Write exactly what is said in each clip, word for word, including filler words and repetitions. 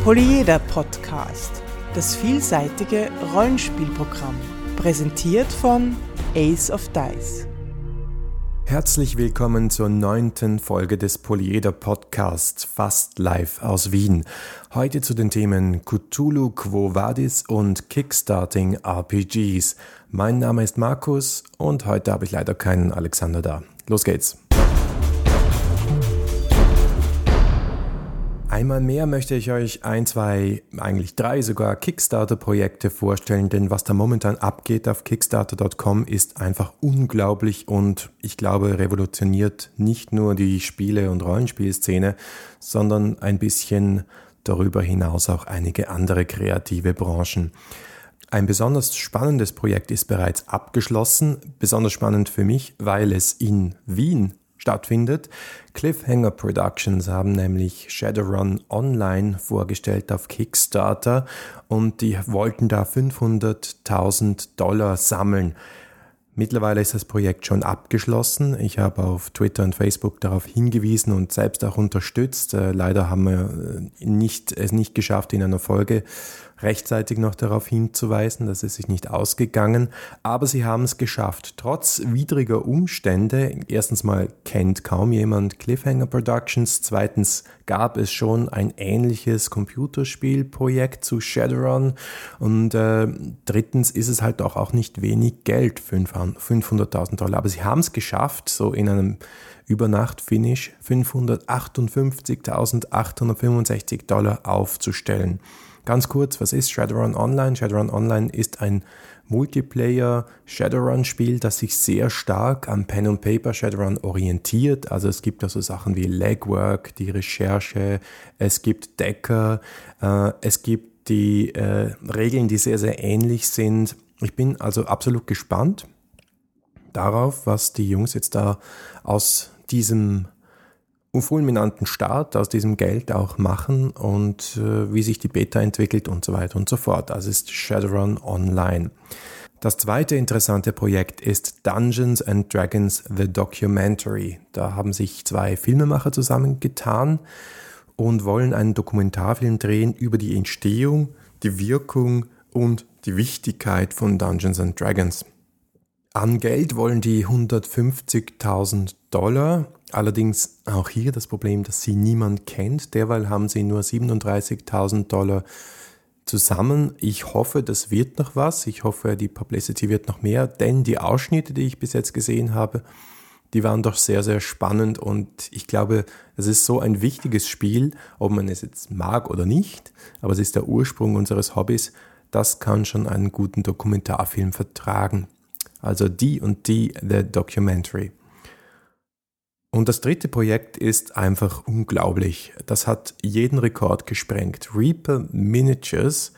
Polyeder Podcast, das vielseitige Rollenspielprogramm, präsentiert von Ace of Dice. Herzlich willkommen zur neunten Folge des Polyeder Podcasts, fast live aus Wien. Heute zu den Themen Cthulhu Quo Vadis und Kickstarting R P Gs. Mein Name ist Markus und heute habe ich leider keinen Alexander da. Los geht's! Einmal mehr möchte ich euch ein, zwei, eigentlich drei sogar Kickstarter-Projekte vorstellen, denn was da momentan abgeht auf Kickstarter Punkt com ist einfach unglaublich und ich glaube revolutioniert nicht nur die Spiele- und Rollenspielszene, sondern ein bisschen darüber hinaus auch einige andere kreative Branchen. Ein besonders spannendes Projekt ist bereits abgeschlossen, besonders spannend für mich, weil es in Wien stattfindet. Cliffhanger Productions haben nämlich Shadowrun Online vorgestellt auf Kickstarter und die wollten da fünfhunderttausend Dollar sammeln. Mittlerweile ist das Projekt schon abgeschlossen. Ich habe auf Twitter und Facebook darauf hingewiesen und selbst auch unterstützt. Äh, leider haben wir nicht, es nicht geschafft, in einer Folge rechtzeitig noch darauf hinzuweisen, dass es sich nicht ausgegangen. Aber sie haben es geschafft. Trotz widriger Umstände. Erstens mal kennt kaum jemand Cliffhanger Productions. Zweitens gab es schon ein ähnliches Computerspielprojekt zu Shadowrun. Und äh, drittens ist es halt auch, auch nicht wenig Geld, fünfhunderttausend Dollar. Aber sie haben es geschafft, so in einem Übernacht-Finish fünfhundertachtundfünfzigtausendachthundertfünfundsechzig Dollar aufzustellen. Ganz kurz, was ist Shadowrun Online? Shadowrun Online ist ein Multiplayer-Shadowrun-Spiel, das sich sehr stark am Pen-and-Paper Shadowrun orientiert. Also es gibt also Sachen wie Legwork, die Recherche, es gibt Decker, äh, es gibt die äh, Regeln, die sehr, sehr ähnlich sind. Ich bin also absolut gespannt darauf, was die Jungs jetzt da aus diesem fulminanten Start, aus diesem Geld auch machen und äh, wie sich die Beta entwickelt und so weiter und so fort. Das ist Shadowrun Online. Das zweite interessante Projekt ist Dungeons and Dragons The Documentary. Da haben sich zwei Filmemacher zusammengetan und wollen einen Dokumentarfilm drehen über die Entstehung, die Wirkung und die Wichtigkeit von Dungeons and Dragons. An Geld wollen die hundertfünfzigtausend Dollar, allerdings auch hier das Problem, dass sie niemand kennt. Derweil haben sie nur siebenunddreißigtausend Dollar zusammen. Ich hoffe, das wird noch was. Ich hoffe, die Publicity wird noch mehr, denn die Ausschnitte, die ich bis jetzt gesehen habe, die waren doch sehr, sehr spannend und ich glaube, es ist so ein wichtiges Spiel, ob man es jetzt mag oder nicht, aber es ist der Ursprung unseres Hobbys, das kann schon einen guten Dokumentarfilm vertragen. Also die und die The Documentary. Und das dritte Projekt ist einfach unglaublich. Das hat jeden Rekord gesprengt. Reaper Miniatures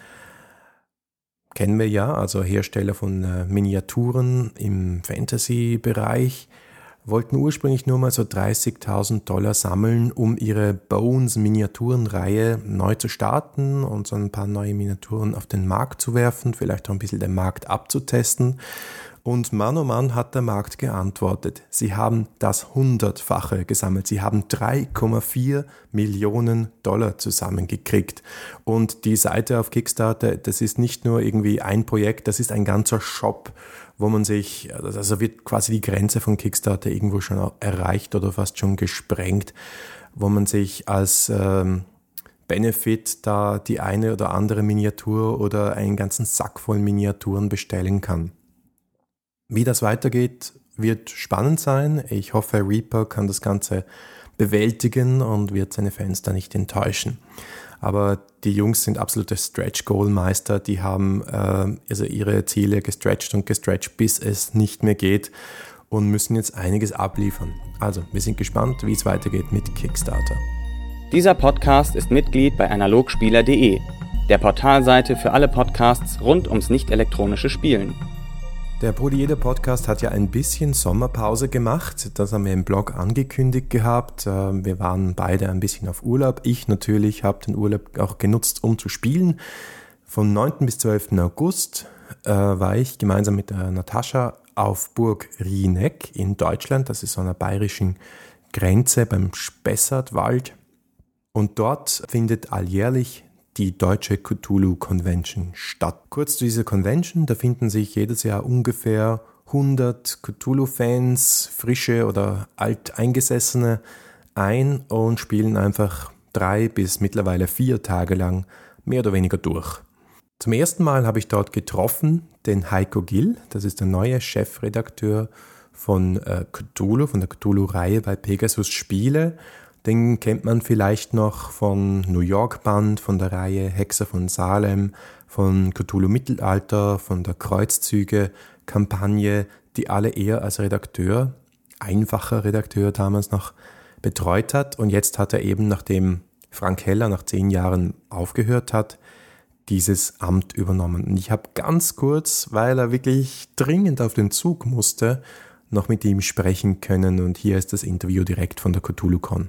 kennen wir ja, also Hersteller von äh, Miniaturen im Fantasy-Bereich, wollten ursprünglich nur mal so dreißigtausend Dollar sammeln, um ihre Bones-Miniaturenreihe neu zu starten und so ein paar neue Miniaturen auf den Markt zu werfen, vielleicht auch ein bisschen den Markt abzutesten. Und Mann oh Mann hat der Markt geantwortet. Sie haben das Hundertfache gesammelt. Sie haben drei Komma vier Millionen Dollar zusammengekriegt. Und die Seite auf Kickstarter, das ist nicht nur irgendwie ein Projekt, das ist ein ganzer Shop, wo man sich, also wird quasi die Grenze von Kickstarter irgendwo schon erreicht oder fast schon gesprengt, wo man sich als ähm, Benefit da die eine oder andere Miniatur oder einen ganzen Sack voll Miniaturen bestellen kann. Wie das weitergeht, wird spannend sein. Ich hoffe, Reaper kann das Ganze bewältigen und wird seine Fans da nicht enttäuschen. Aber die Jungs sind absolute Stretch-Goal-Meister. Die haben äh, also ihre Ziele gestretcht und gestretcht, bis es nicht mehr geht und müssen jetzt einiges abliefern. Also, wir sind gespannt, wie es weitergeht mit Kickstarter. Dieser Podcast ist Mitglied bei analogspieler punkt de, der Portalseite für alle Podcasts rund ums nicht-elektronische Spielen. Der Polyeder Podcast hat ja ein bisschen Sommerpause gemacht. Das haben wir im Blog angekündigt gehabt. Wir waren beide ein bisschen auf Urlaub. Ich natürlich habe den Urlaub auch genutzt, um zu spielen. Vom neunten bis zwölften August äh, war ich gemeinsam mit der Natascha auf Burg Rieneck in Deutschland. Das ist so an der bayerischen Grenze beim Spessartwald. Und dort findet alljährlich die Deutsche Cthulhu Convention statt. Kurz zu dieser Convention, da finden sich jedes Jahr ungefähr hundert Cthulhu-Fans, frische oder alteingesessene, ein und spielen einfach drei bis mittlerweile vier Tage lang mehr oder weniger durch. Zum ersten Mal habe ich dort getroffen den Heiko Gill, das ist der neue Chefredakteur von äh, Cthulhu, von der Cthulhu-Reihe bei Pegasus Spiele. Den kennt man vielleicht noch von New York Band, von der Reihe Hexer von Salem, von Cthulhu Mittelalter, von der Kreuzzüge-Kampagne, die alle eher als Redakteur, einfacher Redakteur damals noch, betreut hat. Und jetzt hat er eben, nachdem Frank Heller nach zehn Jahren aufgehört hat, dieses Amt übernommen. Und ich habe ganz kurz, weil er wirklich dringend auf den Zug musste, noch mit ihm sprechen können. Und hier ist das Interview direkt von der CthulhuCon.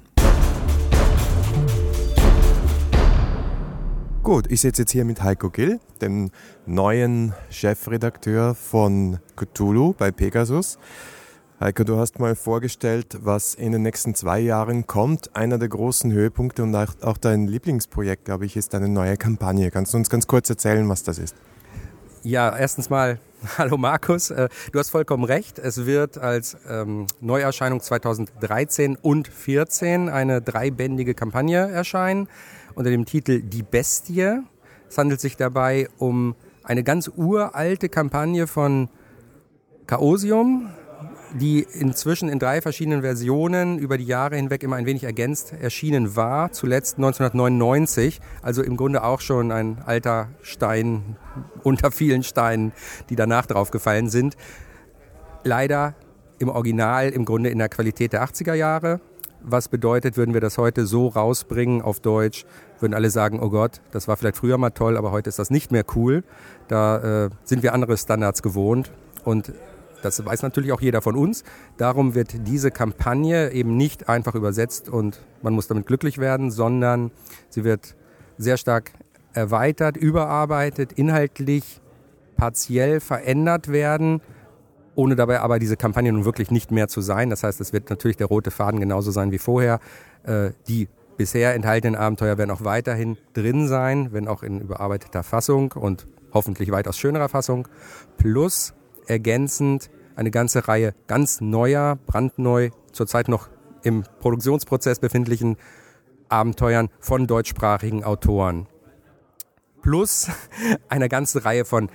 Gut, ich sitze jetzt hier mit Heiko Gill, dem neuen Chefredakteur von Cthulhu bei Pegasus. Heiko, du hast mal vorgestellt, was in den nächsten zwei Jahren kommt. Einer der großen Höhepunkte und auch dein Lieblingsprojekt, glaube ich, ist deine neue Kampagne. Kannst du uns ganz kurz erzählen, was das ist? Ja, erstens mal, hallo Markus, du hast vollkommen recht. Es wird als ähm, Neuerscheinung zweitausenddreizehn und vierzehn eine dreibändige Kampagne erscheinen unter dem Titel Die Bestie. Es handelt sich dabei um eine ganz uralte Kampagne von Chaosium, die inzwischen in drei verschiedenen Versionen über die Jahre hinweg immer ein wenig ergänzt erschienen war, zuletzt neunzehnhundertneunundneunzig, also im Grunde auch schon ein alter Stein unter vielen Steinen, die danach drauf gefallen sind. Leider im Original im Grunde in der Qualität der achtziger Jahre. Was bedeutet, würden wir das heute so rausbringen auf Deutsch, würden alle sagen, oh Gott, das war vielleicht früher mal toll, aber heute ist das nicht mehr cool. Da äh, sind wir andere Standards gewohnt und das weiß natürlich auch jeder von uns. Darum wird diese Kampagne eben nicht einfach übersetzt und man muss damit glücklich werden, sondern sie wird sehr stark erweitert, überarbeitet, inhaltlich partiell verändert werden, ohne dabei aber diese Kampagne nun wirklich nicht mehr zu sein. Das heißt, es wird natürlich der rote Faden genauso sein wie vorher. Äh, die bisher enthaltenen Abenteuer werden auch weiterhin drin sein, wenn auch in überarbeiteter Fassung und hoffentlich weitaus schönerer Fassung. Plus ergänzend eine ganze Reihe ganz neuer, brandneu, zurzeit noch im Produktionsprozess befindlichen Abenteuern von deutschsprachigen Autoren. Plus eine ganze Reihe von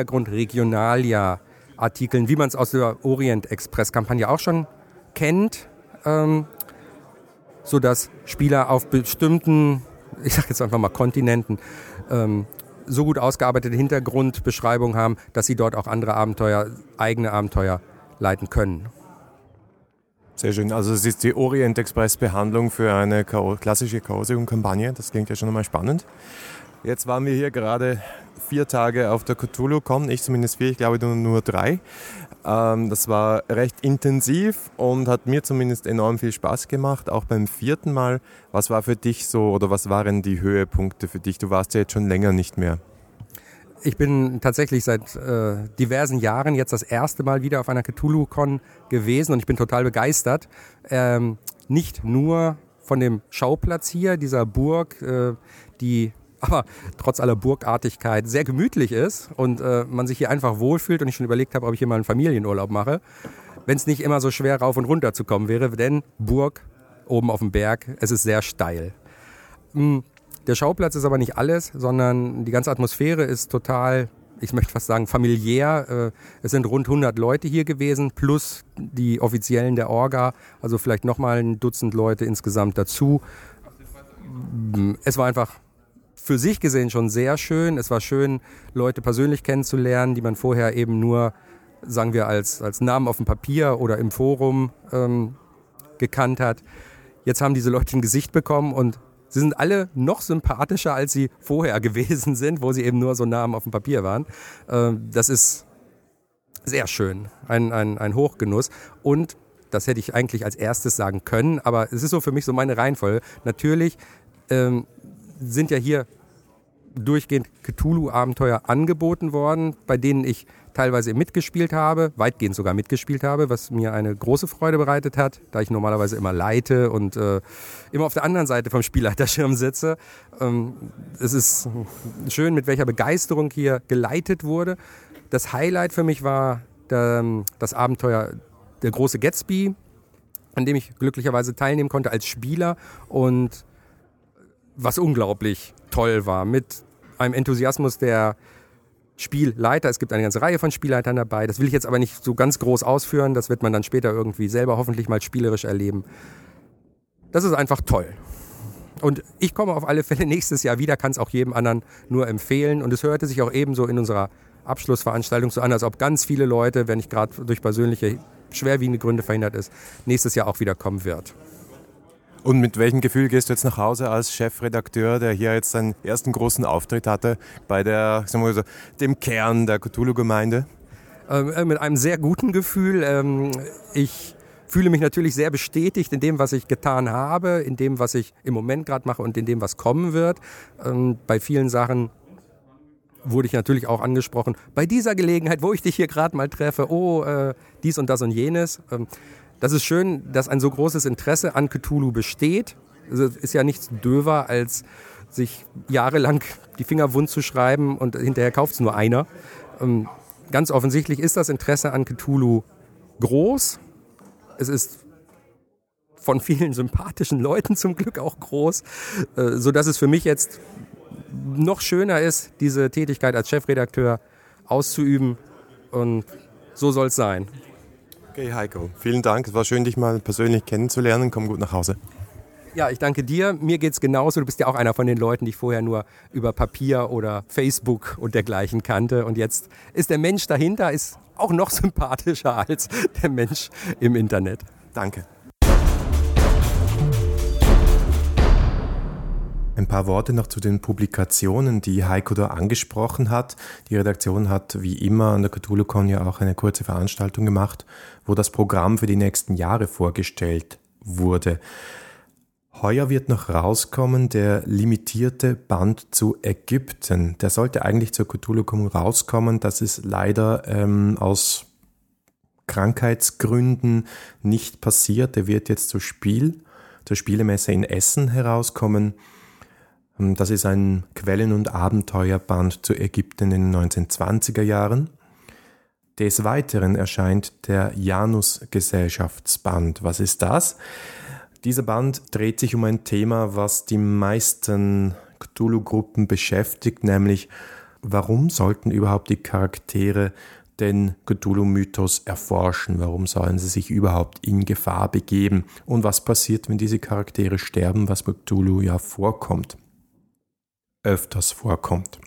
Hintergrund-Regionalia-Artikeln, wie man es aus der Orient-Express-Kampagne auch schon kennt, ähm, sodass Spieler auf bestimmten, ich sage jetzt einfach mal Kontinenten, ähm, so gut ausgearbeitete Hintergrundbeschreibungen haben, dass sie dort auch andere Abenteuer, eigene Abenteuer leiten können. Sehr schön. Also es ist die Orient Express Behandlung für eine klassische Chaosium-Kampagne. Das klingt ja schon einmal spannend. Jetzt waren wir hier gerade vier Tage auf der CthulhuCon, ich zumindest vier, ich glaube nur, nur drei. Ähm, das war recht intensiv und hat mir zumindest enorm viel Spaß gemacht, auch beim vierten Mal. Was war für dich so oder was waren die Höhepunkte für dich? Du warst ja jetzt schon länger nicht mehr. Ich bin tatsächlich seit äh, diversen Jahren jetzt das erste Mal wieder auf einer CthulhuCon gewesen und ich bin total begeistert. Ähm, nicht nur von dem Schauplatz hier, dieser Burg, äh, die aber trotz aller Burgartigkeit sehr gemütlich ist und äh, man sich hier einfach wohlfühlt und ich schon überlegt habe, ob ich hier mal einen Familienurlaub mache, wenn es nicht immer so schwer rauf und runter zu kommen wäre, denn Burg oben auf dem Berg, es ist sehr steil. Der Schauplatz ist aber nicht alles, sondern die ganze Atmosphäre ist total, ich möchte fast sagen, familiär. Es sind rund hundert Leute hier gewesen, plus die Offiziellen der Orga, also vielleicht nochmal ein Dutzend Leute insgesamt dazu. Es war einfach für sich gesehen schon sehr schön. Es war schön, Leute persönlich kennenzulernen, die man vorher eben nur, sagen wir, als, als Namen auf dem Papier oder im Forum ähm, gekannt hat. Jetzt haben diese Leute ein Gesicht bekommen und sie sind alle noch sympathischer, als sie vorher gewesen sind, wo sie eben nur so Namen auf dem Papier waren. Ähm, das ist sehr schön, ein, ein, ein Hochgenuss. Und das hätte ich eigentlich als erstes sagen können, aber es ist so für mich so meine Reihenfolge. Natürlich ähm, sind ja hier durchgehend Cthulhu-Abenteuer angeboten worden, bei denen ich teilweise mitgespielt habe, weitgehend sogar mitgespielt habe, was mir eine große Freude bereitet hat, da ich normalerweise immer leite und äh, immer auf der anderen Seite vom Spielleiterschirm sitze. Ähm, es ist schön, mit welcher Begeisterung hier geleitet wurde. Das Highlight für mich war der, das Abenteuer Der große Gatsby, an dem ich glücklicherweise teilnehmen konnte als Spieler und was unglaublich toll war, mit einem Enthusiasmus der Spielleiter. Es gibt eine ganze Reihe von Spielleitern dabei. Das will ich jetzt aber nicht so ganz groß ausführen. Das wird man dann später irgendwie selber hoffentlich mal spielerisch erleben. Das ist einfach toll. Und ich komme auf alle Fälle nächstes Jahr wieder, kann es auch jedem anderen nur empfehlen. Und es hörte sich auch ebenso in unserer Abschlussveranstaltung so an, als ob ganz viele Leute, wenn nicht gerade durch persönliche schwerwiegende Gründe verhindert ist, nächstes Jahr auch wieder kommen wird. Und mit welchem Gefühl gehst du jetzt nach Hause als Chefredakteur, der hier jetzt seinen ersten großen Auftritt hatte bei der, sagen wir so, dem Kern der Cthulhu-Gemeinde? Ähm, mit einem sehr guten Gefühl. Ähm, ich fühle mich natürlich sehr bestätigt in dem, was ich getan habe, in dem, was ich im Moment gerade mache und in dem, was kommen wird. Ähm, bei vielen Sachen wurde ich natürlich auch angesprochen. Bei dieser Gelegenheit, wo ich dich hier gerade mal treffe, oh, äh, dies und das und jenes. Ähm, Das ist schön, dass ein so großes Interesse an Cthulhu besteht. Es ist ja nichts döver, als sich jahrelang die Finger wund zu schreiben und hinterher kauft es nur einer. Ganz offensichtlich ist das Interesse an Cthulhu groß. Es ist von vielen sympathischen Leuten zum Glück auch groß, sodass es für mich jetzt noch schöner ist, diese Tätigkeit als Chefredakteur auszuüben. Und so soll es sein. Okay, Heiko, vielen Dank. Es war schön, dich mal persönlich kennenzulernen. Komm gut nach Hause. Ja, ich danke dir. Mir geht's genauso. Du bist ja auch einer von den Leuten, die ich vorher nur über Papier oder Facebook und dergleichen kannte. Und jetzt ist der Mensch dahinter ist auch noch sympathischer als der Mensch im Internet. Danke. Ein paar Worte noch zu den Publikationen, die Heiko da angesprochen hat. Die Redaktion hat wie immer an der CthulhuCon ja auch eine kurze Veranstaltung gemacht, wo das Programm für die nächsten Jahre vorgestellt wurde. Heuer wird noch rauskommen der limitierte Band zu Ägypten. Der sollte eigentlich zur CthulhuCon rauskommen. Das ist leider ähm, aus Krankheitsgründen nicht passiert. Der wird jetzt zur Spiel, zur Spielemesse in Essen herauskommen. Das ist ein Quellen- und Abenteuerband zu Ägypten in den neunzehnhundertzwanziger Jahren. Des Weiteren erscheint der Janus-Gesellschaftsband. Was ist das? Dieser Band dreht sich um ein Thema, was die meisten Cthulhu-Gruppen beschäftigt, nämlich warum sollten überhaupt die Charaktere den Cthulhu-Mythos erforschen? Warum sollen sie sich überhaupt in Gefahr begeben? Und was passiert, wenn diese Charaktere sterben, was bei Cthulhu ja vorkommt? öfters vorkommt.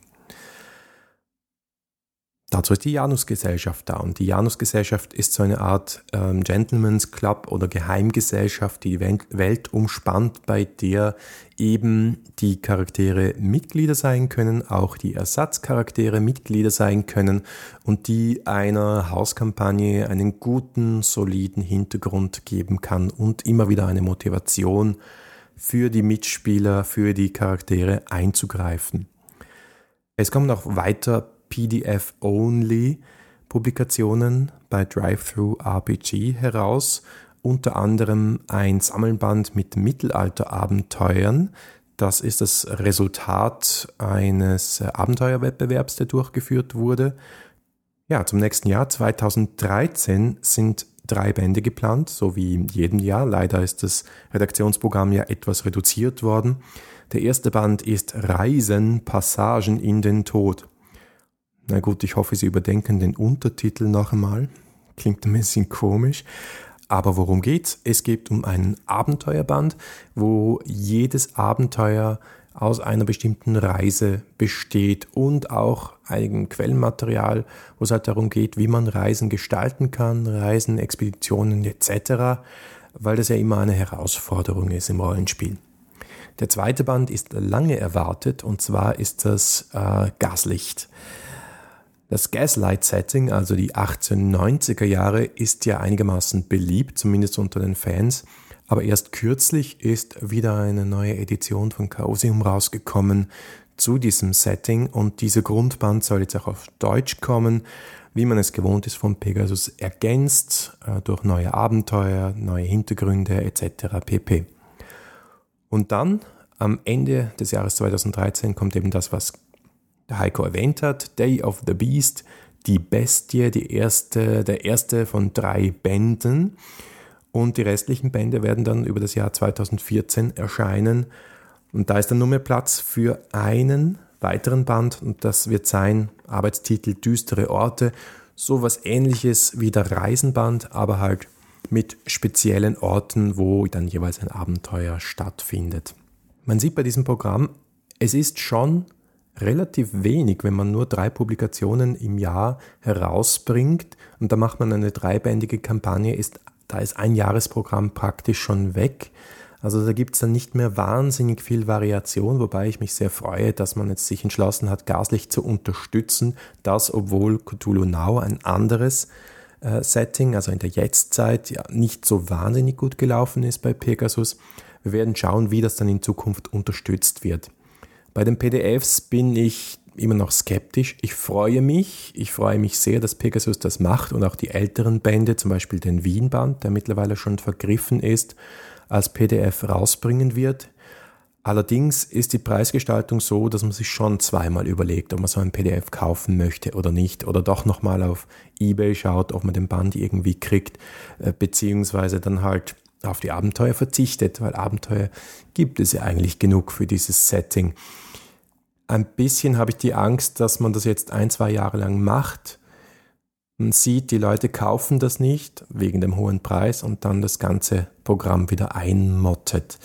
Dazu ist die Janus-Gesellschaft da. Und die Janus-Gesellschaft ist so eine Art ähm, Gentleman's Club oder Geheimgesellschaft, die die Welt umspannt, bei der eben die Charaktere Mitglieder sein können, auch die Ersatzcharaktere Mitglieder sein können und die einer Hauskampagne einen guten, soliden Hintergrund geben kann und immer wieder eine Motivation für die Mitspieler, für die Charaktere einzugreifen. Es kommen auch weiter P D F-Only-Publikationen bei Drive-Thru-R P G heraus, unter anderem ein Sammelband mit Mittelalterabenteuern. Das ist das Resultat eines Abenteuerwettbewerbs, der durchgeführt wurde. Ja, zum nächsten Jahr zweitausenddreizehn sind drei Bände geplant, so wie in jedem Jahr. Leider ist das Redaktionsprogramm ja etwas reduziert worden. Der erste Band ist Reisen, Passagen in den Tod. Na gut, ich hoffe, Sie überdenken den Untertitel noch einmal. Klingt ein bisschen komisch. Aber worum geht's? Es geht um einen Abenteuerband, wo jedes Abenteuer aus einer bestimmten Reise besteht und auch einigen Quellenmaterial, wo es halt darum geht, wie man Reisen gestalten kann, Reisen, Expeditionen et cetera, weil das ja immer eine Herausforderung ist im Rollenspiel. Der zweite Band ist lange erwartet, und zwar ist das äh, Gaslicht. Das Gaslight-Setting, also die achtzehnhundertneunziger Jahre, ist ja einigermaßen beliebt, zumindest unter den Fans. Aber erst kürzlich ist wieder eine neue Edition von Chaosium rausgekommen, zu diesem Setting und dieser Grundband soll jetzt auch auf Deutsch kommen, wie man es gewohnt ist von Pegasus, ergänzt äh, durch neue Abenteuer, neue Hintergründe et cetera pp. Und dann am Ende des Jahres zweitausenddreizehn kommt eben das, was der Heiko erwähnt hat, Day of the Beast, die Bestie, die erste, der erste von drei Bänden. Und die restlichen Bände werden dann über das Jahr zweitausendvierzehn erscheinen. Und da ist dann nur mehr Platz für einen weiteren Band und das wird sein Arbeitstitel Düstere Orte. Sowas Ähnliches wie der Reisenband, aber halt mit speziellen Orten, wo dann jeweils ein Abenteuer stattfindet. Man sieht bei diesem Programm, es ist schon relativ wenig, wenn man nur drei Publikationen im Jahr herausbringt und da macht man eine dreibändige Kampagne, ist, da ist ein Jahresprogramm praktisch schon weg. Also da gibt es dann nicht mehr wahnsinnig viel Variation, wobei ich mich sehr freue, dass man jetzt sich entschlossen hat, Gaslicht zu unterstützen, das obwohl Cthulhu Now ein anderes äh, Setting, also in der Jetztzeit, ja nicht so wahnsinnig gut gelaufen ist bei Pegasus. Wir werden schauen, wie das dann in Zukunft unterstützt wird. Bei den P D Fs bin ich immer noch skeptisch. Ich freue mich, ich freue mich sehr, dass Pegasus das macht und auch die älteren Bände, zum Beispiel den Wien-Band, der mittlerweile schon vergriffen ist, als P D F rausbringen wird. Allerdings ist die Preisgestaltung so, dass man sich schon zweimal überlegt, ob man so ein P D F kaufen möchte oder nicht oder doch nochmal auf eBay schaut, ob man den Band irgendwie kriegt, beziehungsweise dann halt auf die Abenteuer verzichtet, weil Abenteuer gibt es ja eigentlich genug für dieses Setting. Ein bisschen habe ich die Angst, dass man das jetzt ein, zwei Jahre lang macht. Man sieht, die Leute kaufen das nicht wegen dem hohen Preis und dann das ganze Programm wieder einmottet.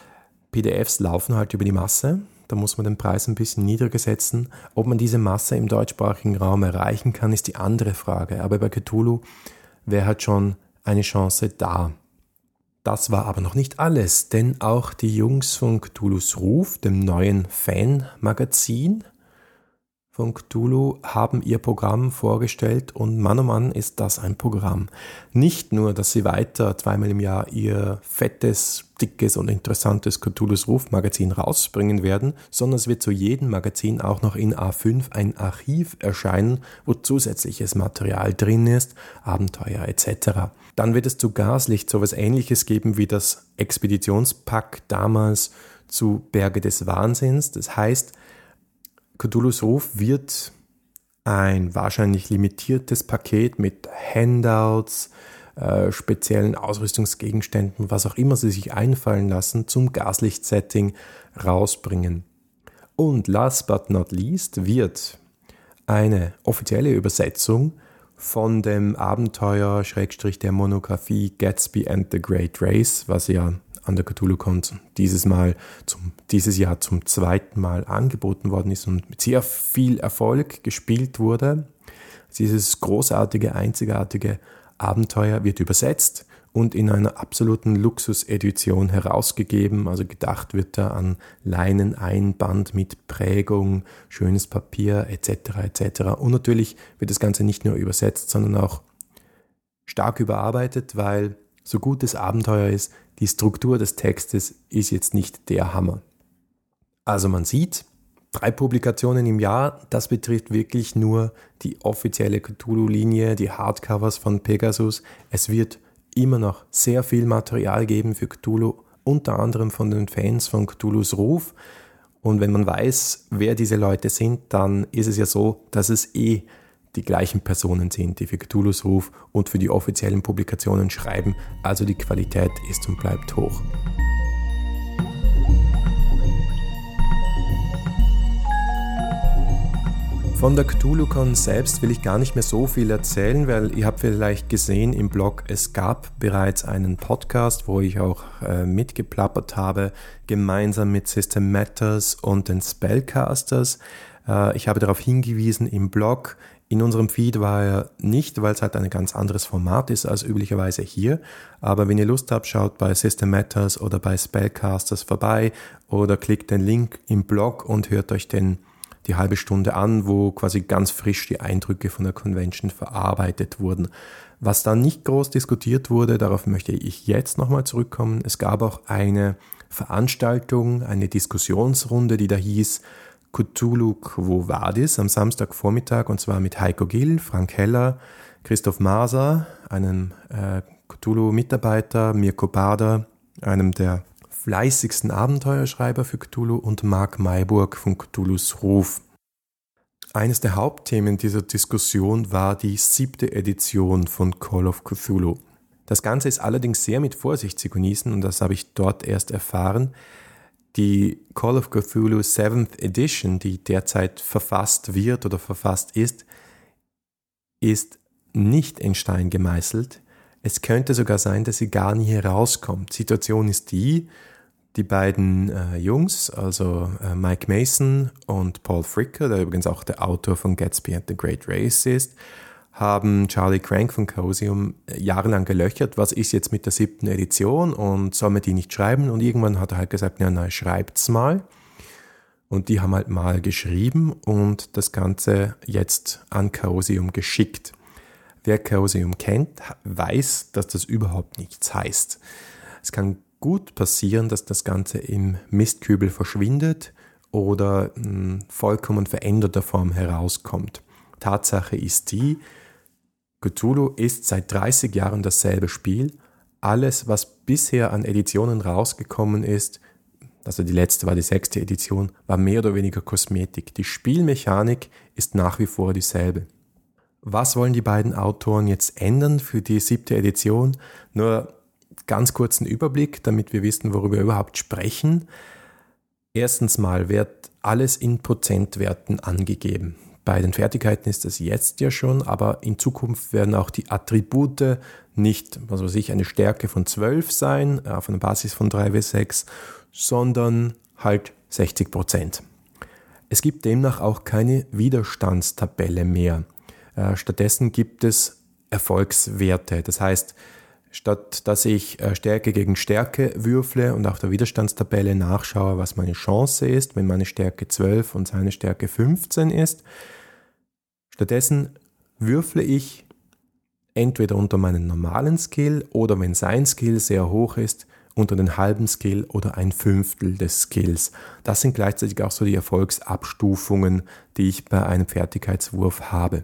P D Fs laufen halt über die Masse, da muss man den Preis ein bisschen niedriger setzen. Ob man diese Masse im deutschsprachigen Raum erreichen kann, ist die andere Frage. Aber bei Cthulhu wäre halt schon eine Chance da. Das war aber noch nicht alles, denn auch die Jungs von Cthulhus Ruf, dem neuen Fan-Magazin von Cthulhu, haben ihr Programm vorgestellt und Mann oh Mann ist das ein Programm. Nicht nur, dass sie weiter zweimal im Jahr ihr fettes, dickes und interessantes Cthulhus Ruf Magazin rausbringen werden, sondern es wird zu jedem Magazin auch noch in A fünf ein Archiv erscheinen, wo zusätzliches Material drin ist, Abenteuer et cetera. Dann wird es zu Gaslicht sowas Ähnliches geben wie das Expeditionspack damals zu Berge des Wahnsinns. Das heißt, Cthulhus Ruf wird ein wahrscheinlich limitiertes Paket mit Handouts, äh, speziellen Ausrüstungsgegenständen, was auch immer sie sich einfallen lassen, zum Gaslicht-Setting rausbringen. Und last but not least wird eine offizielle Übersetzung von dem Abenteuer Schrägstrich der Monographie Gatsby and the Great Race, was ja an der CthulhuCon dieses Mal zum, dieses Jahr zum zweiten Mal angeboten worden ist und mit sehr viel Erfolg gespielt wurde. Dieses großartige, einzigartige Abenteuer wird übersetzt und in einer absoluten Luxusedition herausgegeben. Also gedacht wird da an Leineneinband mit Prägung, schönes Papier et cetera et cetera. Und natürlich wird das Ganze nicht nur übersetzt, sondern auch stark überarbeitet, weil so gut das Abenteuer ist, die Struktur des Textes ist jetzt nicht der Hammer. Also man sieht, drei Publikationen im Jahr, das betrifft wirklich nur die offizielle Cthulhu-Linie, die Hardcovers von Pegasus. Es wird immer noch sehr viel Material geben für Cthulhu, unter anderem von den Fans von Cthulhus Ruf. Und wenn man weiß, wer diese Leute sind, dann ist es ja so, dass es eh die gleichen Personen sind, die für Cthulhus Ruf und für die offiziellen Publikationen schreiben. Also die Qualität ist und bleibt hoch. Von der CthulhuCon selbst will ich gar nicht mehr so viel erzählen, weil ihr habt vielleicht gesehen im Blog, es gab bereits einen Podcast, wo ich auch äh, mitgeplappert habe, gemeinsam mit System Matters und den Spellcasters. Äh, ich habe darauf hingewiesen im Blog. In unserem Feed war er nicht, weil es halt ein ganz anderes Format ist als üblicherweise hier. Aber wenn ihr Lust habt, schaut bei System Matters oder bei Spellcasters vorbei oder klickt den Link im Blog und hört euch den die halbe Stunde an, wo quasi ganz frisch die Eindrücke von der Convention verarbeitet wurden. Was da nicht groß diskutiert wurde, darauf möchte ich jetzt nochmal zurückkommen. Es gab auch eine Veranstaltung, eine Diskussionsrunde, die da hieß Cthulhu Quo Vadis am Samstagvormittag, und zwar mit Heiko Gill, Frank Heller, Christoph Maser, einem äh, Cthulhu-Mitarbeiter, Mirko Bader, einem der fleißigsten Abenteuerschreiber für Cthulhu, und Marc Mayburg von Cthulhus Ruf. Eines der Hauptthemen dieser Diskussion war die siebte Edition von Call of Cthulhu. Das Ganze ist allerdings sehr mit Vorsicht zu genießen, und das habe ich dort erst erfahren. Die Call of Cthulhu seventh Edition, die derzeit verfasst wird oder verfasst ist, ist nicht in Stein gemeißelt. Es könnte sogar sein, dass sie gar nie herauskommt. Die Situation ist die, die beiden äh, Jungs, also äh, Mike Mason und Paul Fricker, der übrigens auch der Autor von Gatsby and the Great Race ist, haben Charlie Crank von Chaosium jahrelang gelöchert, was ist jetzt mit der siebten Edition und soll man die nicht schreiben? Und irgendwann hat er halt gesagt, ja, nein, schreibt's mal. Und die haben halt mal geschrieben und das Ganze jetzt an Chaosium geschickt. Wer Chaosium kennt, weiß, dass das überhaupt nichts heißt. Es kann gut passieren, dass das Ganze im Mistkübel verschwindet oder in vollkommen veränderter Form herauskommt. Tatsache ist die, Cthulhu ist seit dreißig Jahren dasselbe Spiel. Alles, was bisher an Editionen rausgekommen ist, also die letzte war die sechste Edition, war mehr oder weniger Kosmetik. Die Spielmechanik ist nach wie vor dieselbe. Was wollen die beiden Autoren jetzt ändern für die siebte Edition? Nur ganz kurzen Überblick, damit wir wissen, worüber wir überhaupt sprechen. Erstens mal wird alles in Prozentwerten angegeben. Bei den Fertigkeiten ist das jetzt ja schon, aber in Zukunft werden auch die Attribute nicht, was weiß ich, eine Stärke von zwölf sein, auf einer Basis von drei W sechs, sondern halt sechzig Prozent. Es gibt demnach auch keine Widerstandstabelle mehr. Stattdessen gibt es Erfolgswerte. Das heißt, statt dass ich Stärke gegen Stärke würfle und auf der Widerstandstabelle nachschaue, was meine Chance ist, wenn meine Stärke zwölf und seine Stärke fünfzehn ist, stattdessen würfle ich entweder unter meinen normalen Skill oder, wenn sein Skill sehr hoch ist, unter den halben Skill oder ein Fünftel des Skills. Das sind gleichzeitig auch so die Erfolgsabstufungen, die ich bei einem Fertigkeitswurf habe.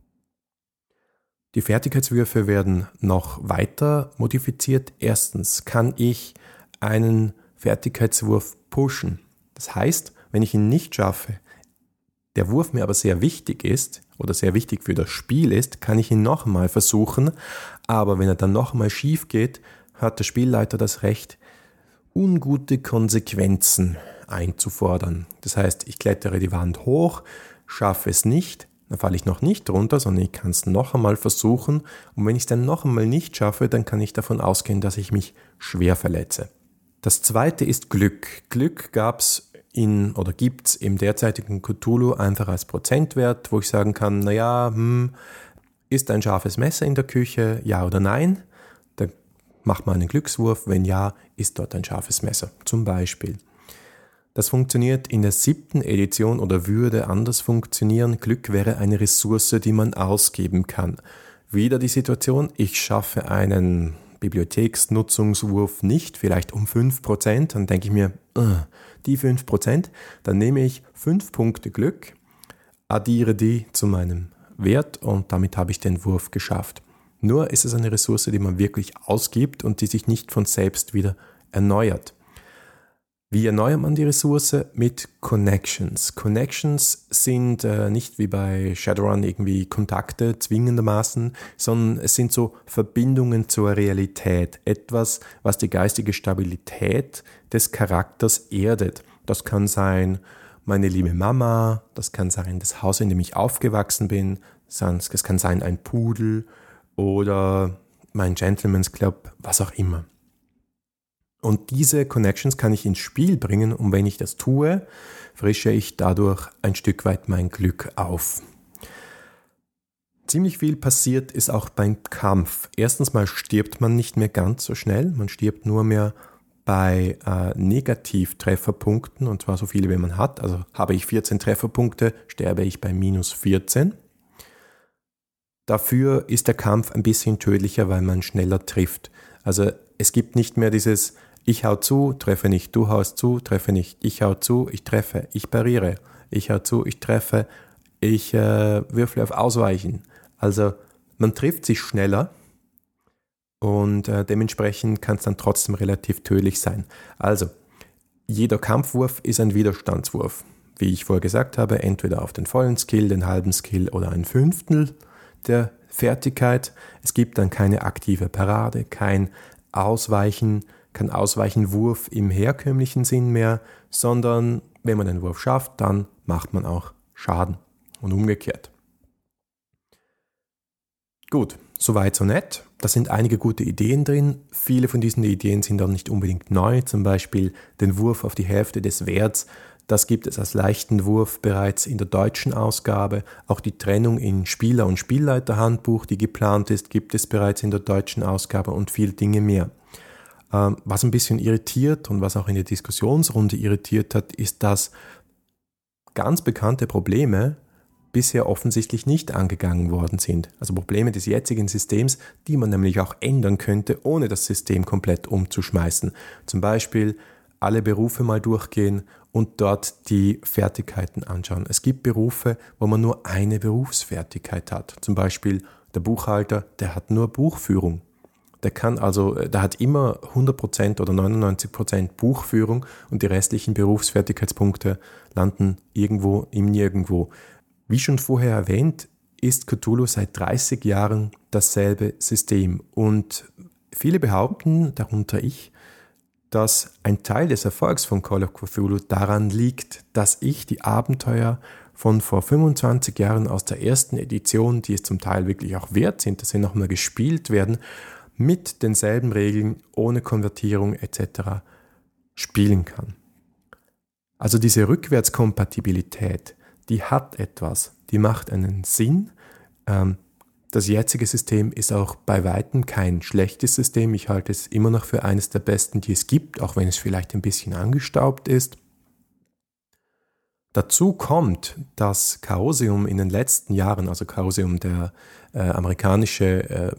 Die Fertigkeitswürfe werden noch weiter modifiziert. Erstens kann ich einen Fertigkeitswurf pushen. Das heißt, wenn ich ihn nicht schaffe, der Wurf mir aber sehr wichtig ist oder sehr wichtig für das Spiel ist, kann ich ihn noch einmal versuchen. Aber wenn er dann noch einmal schief geht, hat der Spielleiter das Recht, ungute Konsequenzen einzufordern. Das heißt, ich klettere die Wand hoch, schaffe es nicht, dann falle ich noch nicht runter, sondern ich kann es noch einmal versuchen. Und wenn ich es dann noch einmal nicht schaffe, dann kann ich davon ausgehen, dass ich mich schwer verletze. Das zweite ist Glück. Glück gab es in oder gibt es im derzeitigen Cthulhu einfach als Prozentwert, wo ich sagen kann, naja, hm, ist ein scharfes Messer in der Küche, ja oder nein? Da macht man einen Glückswurf, wenn ja, ist dort ein scharfes Messer, zum Beispiel. Das funktioniert in der siebten Edition oder würde anders funktionieren. Glück wäre eine Ressource, die man ausgeben kann. Wieder die Situation, ich schaffe einen Bibliotheksnutzungswurf nicht, vielleicht um fünf Prozent, dann denke ich mir, uh, die fünf Prozent, dann nehme ich fünf Punkte Glück, addiere die zu meinem Wert und damit habe ich den Wurf geschafft. Nur ist es eine Ressource, die man wirklich ausgibt und die sich nicht von selbst wieder erneuert. Wie erneuert man die Ressource? Mit Connections. Connections sind äh, nicht wie bei Shadowrun irgendwie Kontakte zwingendermaßen, sondern es sind so Verbindungen zur Realität. Etwas, was die geistige Stabilität des Charakters erdet. Das kann sein meine liebe Mama, das kann sein das Haus, in dem ich aufgewachsen bin, das kann sein ein Pudel oder mein Gentleman's Club, was auch immer. Und diese Connections kann ich ins Spiel bringen und wenn ich das tue, frische ich dadurch ein Stück weit mein Glück auf. Ziemlich viel passiert ist auch beim Kampf. Erstens mal stirbt man nicht mehr ganz so schnell, man stirbt nur mehr bei äh, Negativtrefferpunkten und zwar so viele, wie man hat. Also habe ich vierzehn Trefferpunkte, sterbe ich bei minus vierzehn. Dafür ist der Kampf ein bisschen tödlicher, weil man schneller trifft. Also es gibt nicht mehr dieses ich hau zu, treffe nicht, du haust zu, treffe nicht, ich hau zu, ich treffe, ich pariere. ich hau zu, ich treffe, ich äh, würfle auf Ausweichen. Also man trifft sich schneller und äh, dementsprechend kann es dann trotzdem relativ tödlich sein. Also jeder Kampfwurf ist ein Widerstandswurf. Wie ich vorher gesagt habe, entweder auf den vollen Skill, den halben Skill oder ein Fünftel der Fertigkeit. Es gibt dann keine aktive Parade, kein Ausweichen, kein Ausweichenwurf im herkömmlichen Sinn mehr, sondern wenn man den Wurf schafft, dann macht man auch Schaden und umgekehrt. Gut, soweit so nett. Da sind einige gute Ideen drin. Viele von diesen Ideen sind auch nicht unbedingt neu, zum Beispiel den Wurf auf die Hälfte des Werts. Das gibt es als leichten Wurf bereits in der deutschen Ausgabe. Auch die Trennung in Spieler- und Spielleiterhandbuch, die geplant ist, gibt es bereits in der deutschen Ausgabe und viele Dinge mehr. Ähm, was ein bisschen irritiert und was auch in der Diskussionsrunde irritiert hat, ist, dass ganz bekannte Probleme bisher offensichtlich nicht angegangen worden sind. Also Probleme des jetzigen Systems, die man nämlich auch ändern könnte, ohne das System komplett umzuschmeißen. Zum Beispiel alle Berufe mal durchgehen und dort die Fertigkeiten anschauen. Es gibt Berufe, wo man nur eine Berufsfertigkeit hat. Zum Beispiel der Buchhalter, der hat nur Buchführung. Der kann also, der hat immer hundert Prozent oder neunundneunzig Prozent Buchführung und die restlichen Berufsfertigkeitspunkte landen irgendwo im Nirgendwo. Wie schon vorher erwähnt, ist Cthulhu seit dreißig Jahren dasselbe System und viele behaupten, darunter ich, dass ein Teil des Erfolgs von Call of Cthulhu daran liegt, dass ich die Abenteuer von vor fünfundzwanzig Jahren aus der ersten Edition, die es zum Teil wirklich auch wert sind, dass sie nochmal gespielt werden, mit denselben Regeln, ohne Konvertierung et cetera spielen kann. Also diese Rückwärtskompatibilität, die hat etwas, die macht einen Sinn. Ähm, das jetzige System ist auch bei weitem kein schlechtes System. Ich halte es immer noch für eines der besten, die es gibt, auch wenn es vielleicht ein bisschen angestaubt ist. Dazu kommt, dass Chaosium in den letzten Jahren, also Chaosium, der äh, amerikanische äh,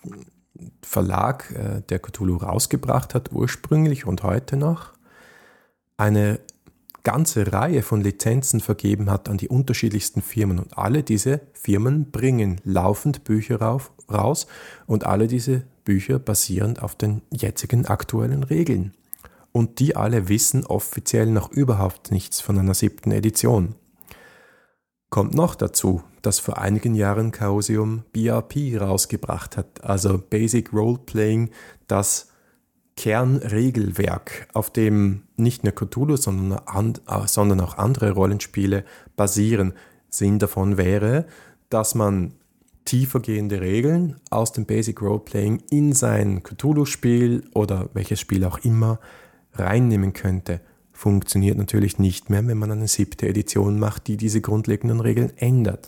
Verlag, äh, der Cthulhu rausgebracht hat, ursprünglich und heute noch, eine ganze Reihe von Lizenzen vergeben hat an die unterschiedlichsten Firmen. Und alle diese Firmen bringen laufend Bücher rauf, raus und alle diese Bücher basieren auf den jetzigen aktuellen Regeln. Und die alle wissen offiziell noch überhaupt nichts von einer siebten Edition. Kommt noch dazu, dass vor einigen Jahren Chaosium B R P rausgebracht hat, also Basic Role-Playing, das Kernregelwerk, auf dem nicht nur Cthulhu, sondern, an, sondern auch andere Rollenspiele basieren. Sinn davon wäre, dass man tiefergehende Regeln aus dem Basic Role-Playing in sein Cthulhu-Spiel oder welches Spiel auch immer reinnehmen könnte. Funktioniert natürlich nicht mehr, wenn man eine siebte Edition macht, die diese grundlegenden Regeln ändert.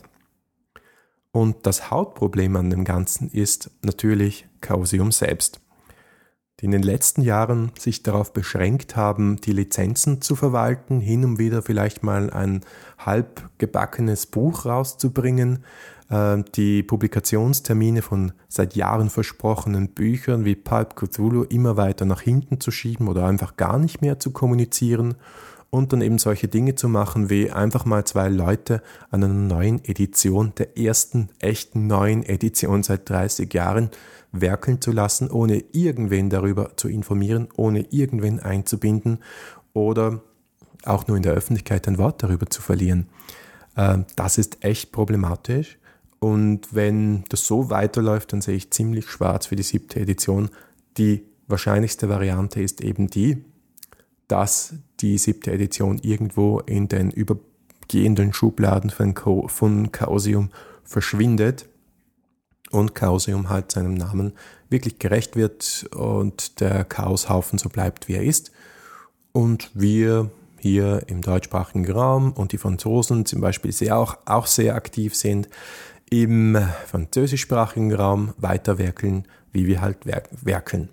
Und das Hauptproblem an dem Ganzen ist natürlich Chaosium selbst, die in den letzten Jahren sich darauf beschränkt haben, die Lizenzen zu verwalten, hin und wieder vielleicht mal ein halb gebackenes Buch rauszubringen, äh, die Publikationstermine von seit Jahren versprochenen Büchern wie Pulp Cthulhu immer weiter nach hinten zu schieben oder einfach gar nicht mehr zu kommunizieren und dann eben solche Dinge zu machen, wie einfach mal zwei Leute an einer neuen Edition, der ersten echten neuen Edition seit dreißig Jahren, werkeln zu lassen, ohne irgendwen darüber zu informieren, ohne irgendwen einzubinden oder auch nur in der Öffentlichkeit ein Wort darüber zu verlieren. Das ist echt problematisch und wenn das so weiterläuft, dann sehe ich ziemlich schwarz für die siebte Edition. Die wahrscheinlichste Variante ist eben die, dass die siebte Edition irgendwo in den übergehenden Schubladen von, Co- von Chaosium verschwindet und Chaosium halt seinem Namen wirklich gerecht wird und der Chaoshaufen so bleibt, wie er ist. Und wir hier im deutschsprachigen Raum und die Franzosen zum Beispiel sehr auch, auch sehr aktiv sind, im französischsprachigen Raum weiterwerkeln, wie wir halt werk- werkeln.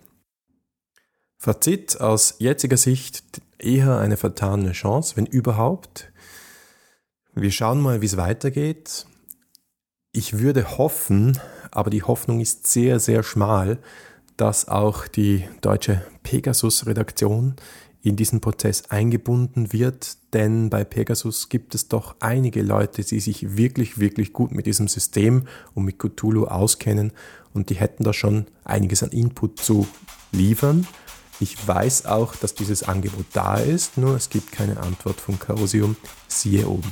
Fazit aus jetziger Sicht eher eine vertane Chance, wenn überhaupt. Wir schauen mal, wie es weitergeht. Ich würde hoffen, aber die Hoffnung ist sehr, sehr schmal, dass auch die deutsche Pegasus-Redaktion in diesen Prozess eingebunden wird, denn bei Pegasus gibt es doch einige Leute, die sich wirklich, wirklich gut mit diesem System und mit Cthulhu auskennen und die hätten da schon einiges an Input zu liefern. Ich weiß auch, dass dieses Angebot da ist, nur es gibt keine Antwort von Chaosium, siehe oben.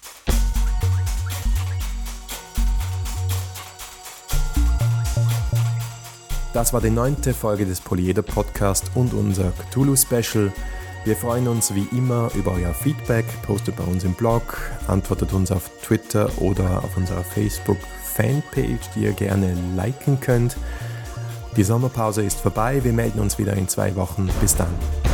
Das war die neunte Folge des Polyeder Podcast und unser Cthulhu-Special. Wir freuen uns wie immer über euer Feedback, postet bei uns im Blog, antwortet uns auf Twitter oder auf unserer Facebook-Fanpage, die ihr gerne liken könnt. Die Sommerpause ist vorbei, wir melden uns wieder in zwei Wochen. Bis dann.